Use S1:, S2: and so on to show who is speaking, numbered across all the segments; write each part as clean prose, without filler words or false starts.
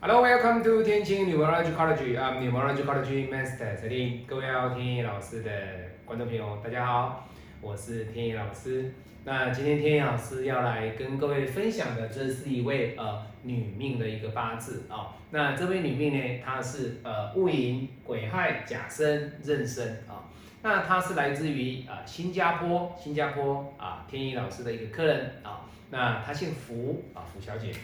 S1: Hello, welcome to 天晴 Numerology College. Numerology College Master 陈立。各位要天野老师的观众朋友，大家好，我是天野老师。那今天天野老师要来跟各位分享的，这是一位女命的一个八字啊、那这位女命呢，她是戊寅、癸亥、甲申、壬申啊。那她是来自于新加坡天野老师的一个客人啊。那她姓福福小姐。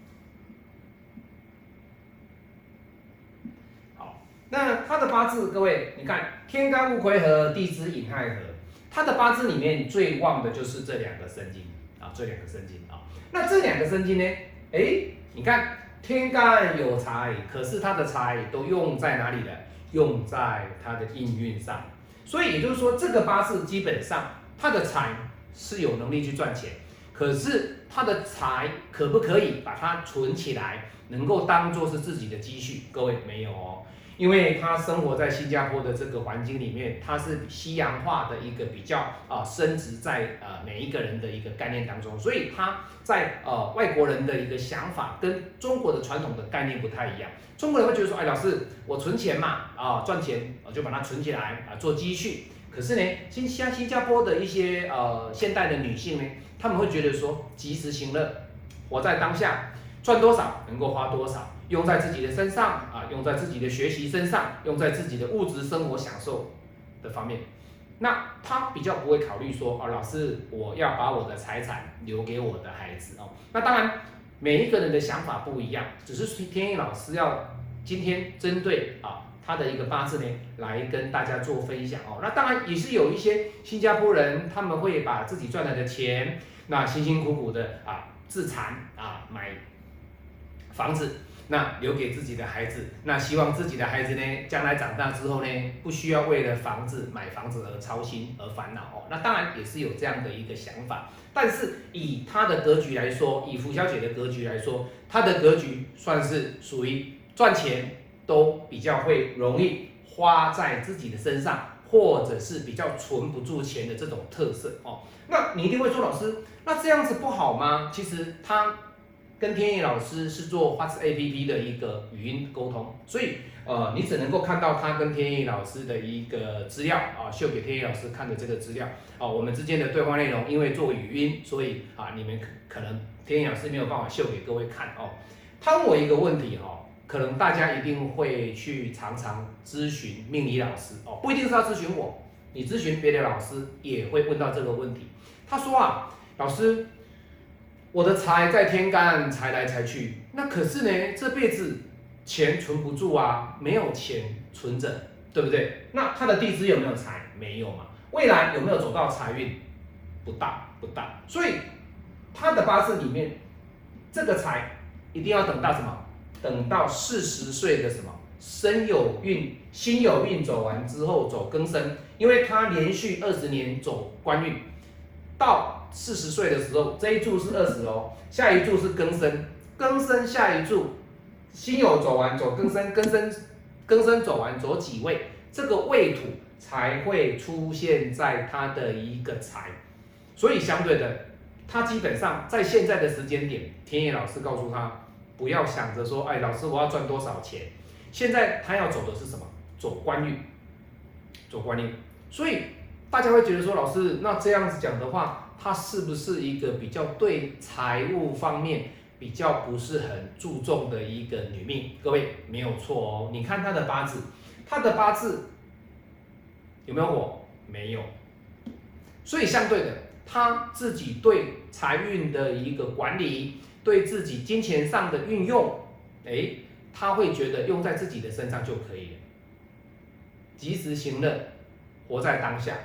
S1: 那他的八字，各位，你看天干戊癸合，地支寅亥合，他的八字里面最旺的就是这两个生金那这两个生金呢？你看天干有财，可是他的财都用在哪里了？用在他的印运上。所以也就是说，这个八字基本上他的财是有能力去赚钱，可是他的财可不可以把它存起来，能够当做是自己的积蓄？各位没有哦。因为他生活在新加坡的这个环境里面，他是西洋化的一个比较深植在每一个人的一个概念当中，所以他在外国人的一个想法跟中国的传统的概念不太一样。中国人会觉得说，哎，老师，我存钱嘛，赚钱我就把它存起来做积蓄。可是呢，新加坡的一些现代的女性呢，她们会觉得说，及时行乐，活在当下，赚多少能够花多少。用在自己的身上用在自己的学习身上，用在自己的物质生活享受的方面。那他比较不会考虑说，老师，我要把我的财产留给我的孩子哦。那当然，每一个人的想法不一样，只是天意老师要今天针对他的一个八字呢，来跟大家做分享哦。那当然也是有一些新加坡人，他们会把自己赚来的钱，那辛辛苦苦的自产买房子。那留给自己的孩子，那希望自己的孩子呢，将来长大之后呢，不需要为了买房子而操心而烦恼哦。那当然也是有这样的一个想法，但是以他的格局来说，以福小姐的格局来说，她的格局算是属于赚钱都比较会容易花在自己的身上，或者是比较存不住钱的这种特色哦。那你一定会说，老师，那这样子不好吗？其实他跟天意老师是做 Whats APP 的一个语音沟通，所以你只能够看到他跟天意老师的一个资料秀给天意老师看的这个资料我们之间的对话内容，因为做语音，所以你们可能天意老师没有办法秀给各位看哦。他问我一个问题可能大家一定会去常常咨询命理老师不一定是要咨询我，你咨询别的老师也会问到这个问题。他说老师，我的财在天干财来财去，那可是呢，这辈子钱存不住没有钱存着，对不对？那他的地支有没有财？没有嘛。未来有没有走到财运？不大。所以他的八字里面，这个财一定要等到什么？等到40岁的什么辛有运走完之后走庚申，因为他连续20年走官运，到40岁的时候，这一柱是20哦，下一柱是庚申下一柱辛酉走完走庚申，庚申走完走己未，这个未土才会出现在他的一个财，所以相对的，他基本上在现在的时间点，天野老师告诉他，不要想着说，哎，老师我要赚多少钱，现在他要走的是什么？走官运，所以大家会觉得说，老师，那这样子讲的话，他是不是一个比较对财务方面比较不是很注重的一个女命？各位没有错哦，你看他的八字有没有火？没有。所以相对的，他自己对财运的一个管理，对自己金钱上的运用，他会觉得用在自己的身上就可以了，及时行乐，活在当下。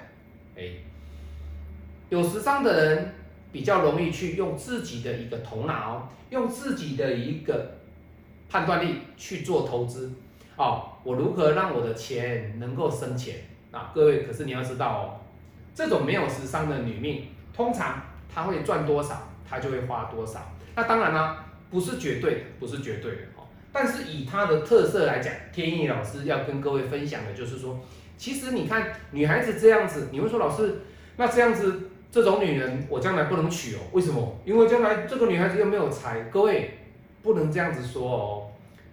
S1: 有时伤的人比较容易去用自己的一个头脑，用自己的一个判断力去做投资我如何让我的钱能够生钱各位，可是你要知道这种没有时伤的女命，通常她会赚多少，她就会花多少。那当然啦，不是绝对的但是以她的特色来讲，天意老师要跟各位分享的就是说，其实你看女孩子这样子，你会说，老师，那这样子这种女人我将来不能娶为什么？因为将来这个女孩子又没有财。各位不能这样子说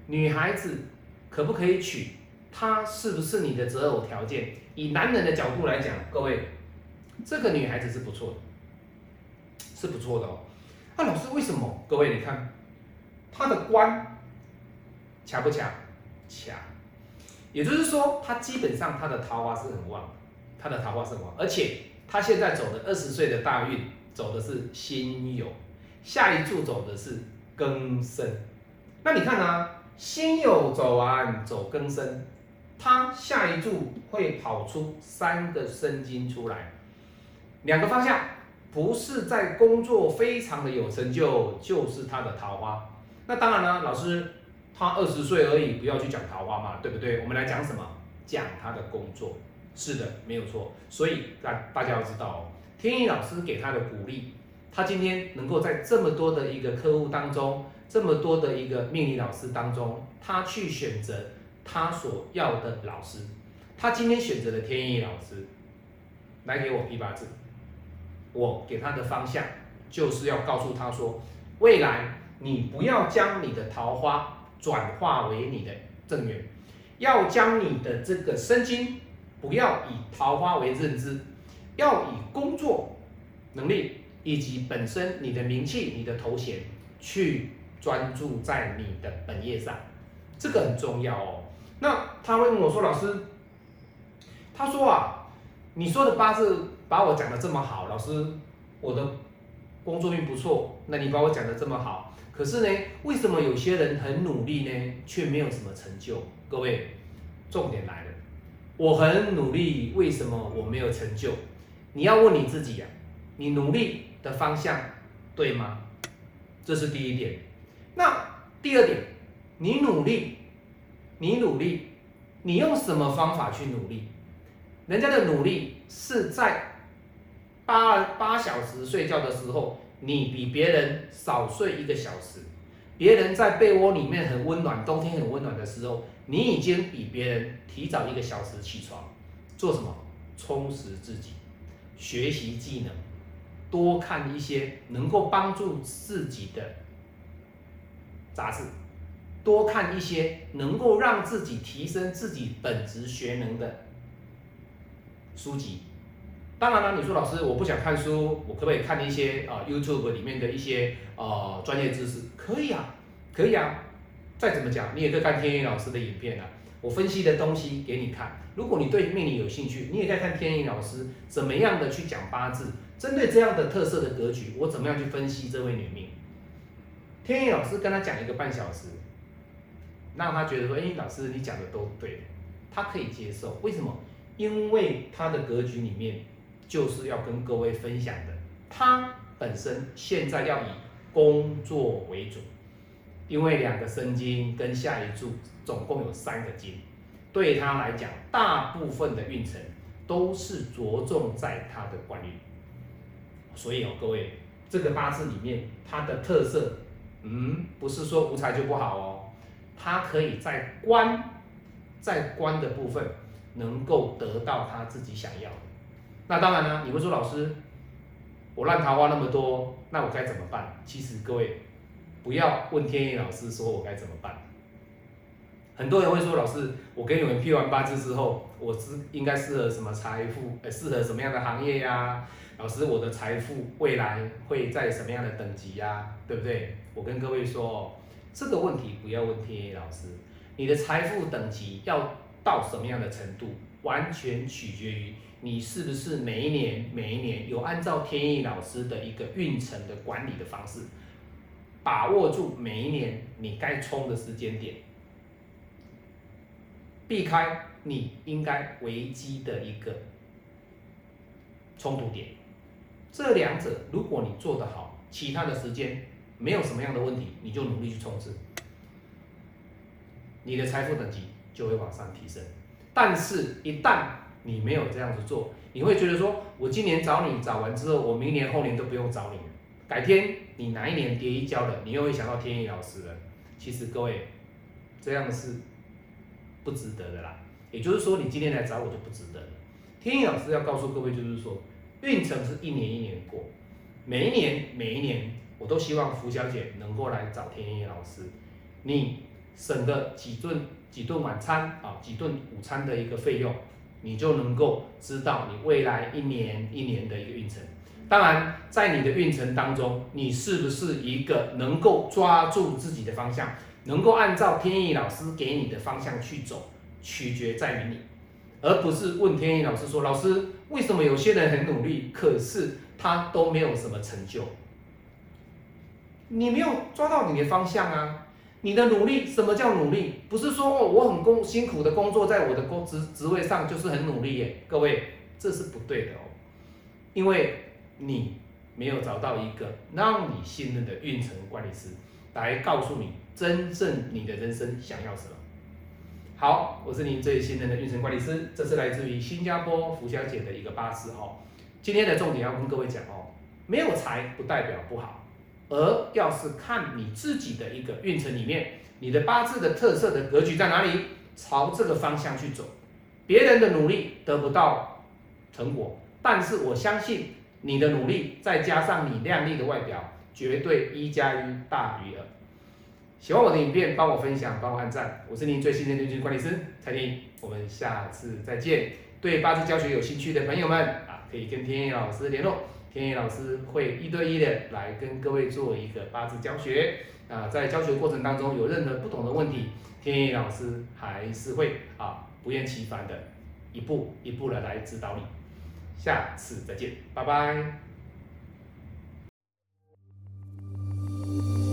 S1: 女孩子可不可以娶，她是不是你的择偶条件？以男人的角度来讲，各位，这个女孩子是不错的，是不错的哦。那老师为什么？各位你看，她的官强不强？强。也就是说，她基本上她的桃花是很旺的，她的桃花是很旺，而且她现在走的20岁的大运，走的是辛酉，下一柱走的是庚申。那你看啊，辛酉走完走庚申，它下一柱会跑出3个申金出来，2个方向，不是在工作非常的有成就，就是他的桃花。那当然了，老师他20岁而已，不要去讲桃花嘛，对不对？我们来讲什么？讲他的工作。是的，没有错。所以大家要知道哦，天意老师给他的鼓励，他今天能够在这么多的一个客户当中，这么多的一个命理老师当中，他去选择他所要的老师。他今天选择了天意老师来给我批八字，我给他的方向就是要告诉他说，未来你不要将你的桃花转化为你的正缘，要将你的这个身金不要以桃花为认知，要以工作能力以及本身你的名气、你的头衔去专注在你的本业上，这个很重要哦。那他会问我说，老师，他说啊，你说的八字把我讲的这么好，老师，我的工作运不错，那你把我讲的这么好，可是呢，为什么有些人很努力呢，却没有什么成就？各位，重点来了，我很努力，为什么我没有成就？你要问你自己啊，你努力的方向对吗？这是第一点。那第二点，你努力，你用什么方法去努力？人家的努力是在8小时睡觉的时候，你比别人少睡1个小时；别人在被窝里面很温暖，冬天很温暖的时候，你已经比别人提早1个小时起床。做什么？充实自己，学习技能，多看一些能够帮助自己的杂志，多看一些能够让自己提升自己本职学能的书籍。当然了，你说老师我不想看书，我可不可以看一些YouTube 里面的一些专业知识？可以啊，可以啊。再怎么讲，你也可以看天意老师的影片啊，我分析的东西给你看。如果你对命理有兴趣，你也可以看天意老师怎么样的去讲八字，针对这样的特色的格局，我怎么样去分析这位女命。天意老师跟他讲1个半小时，让他觉得说，老师你讲的都对，他可以接受。为什么？因为他的格局里面就是要跟各位分享的，他本身现在要以工作为主，因为2个申金跟下一柱总共有3个金，对他来讲，大部分的运程都是着重在他的官运。所以各位，这个八字里面它的特色，不是说无财就不好哦，他可以在官的部分能够得到他自己想要的。那当然呢，你会说老师，我烂桃花那么多，那我该怎么办？其实各位不要问天意老师说我该怎么办。很多人会说，老师，我给你们批完八字之后，我应该适合什么财富？适合什么样的行业呀？老师，我的财富未来会在什么样的等级呀？对不对？我跟各位说，这个问题不要问天意老师，你的财富等级要到什么样的程度，完全取决于你是不是每一年有按照天意老师的一个运程的管理的方式，把握住每一年你该冲的时间点，避开你应该危机的一个冲突点。这2者如果你做得好，其他的时间没有什么样的问题，你就努力去冲刺，你的财富等级就会往上提升。但是，一旦你没有这样子做，你会觉得说，我今年找你找完之后，我明年后年都不用找你了。改天你哪一年跌一跤了，你又会想到天意老师了。其实各位，这样是不值得的啦。也就是说，你今天来找我就不值得了。天意老师要告诉各位，就是说，运程是一年一年过，每一年，我都希望福小姐能够来找天意老师。你省个几顿晚餐啊，几顿午餐的一个费用，你就能够知道你未来一年的一个运程。当然，在你的运程当中，你是不是一个能够抓住自己的方向，能够按照天意老师给你的方向去走，取决在于你，而不是问天意老师说：“老师，为什么有些人很努力，可是他都没有什么成就？”你没有抓到你的方向啊！你的努力，什么叫努力？不是说哦，我很辛苦的工作在我的职位上就是很努力耶，各位，这是不对的哦，因为你没有找到一个让你信任的运程管理师来告诉你真正你的人生想要什么。好，我是您最信任的运程管理师，这是来自于新加坡福小姐的一个八字哦。今天的重点要跟各位讲哦，没有财不代表不好，而要是看你自己的一个运程里面，你的八字的特色的格局在哪里，朝这个方向去走。别人的努力得不到成果，但是我相信你的努力再加上你亮丽的外表，绝对1+1大于2。喜欢我的影片，帮我分享，帮我按赞。我是您最信任的运程管理师蔡天，我们下次再见。对八字教学有兴趣的朋友们啊，可以跟天意老师联络，天意老师会1对1的来跟各位做一个八字教学啊。在教学过程当中有任何不同的问题，天意老师还是会不厌其烦的一步一步的来指导你。下次再见，拜拜。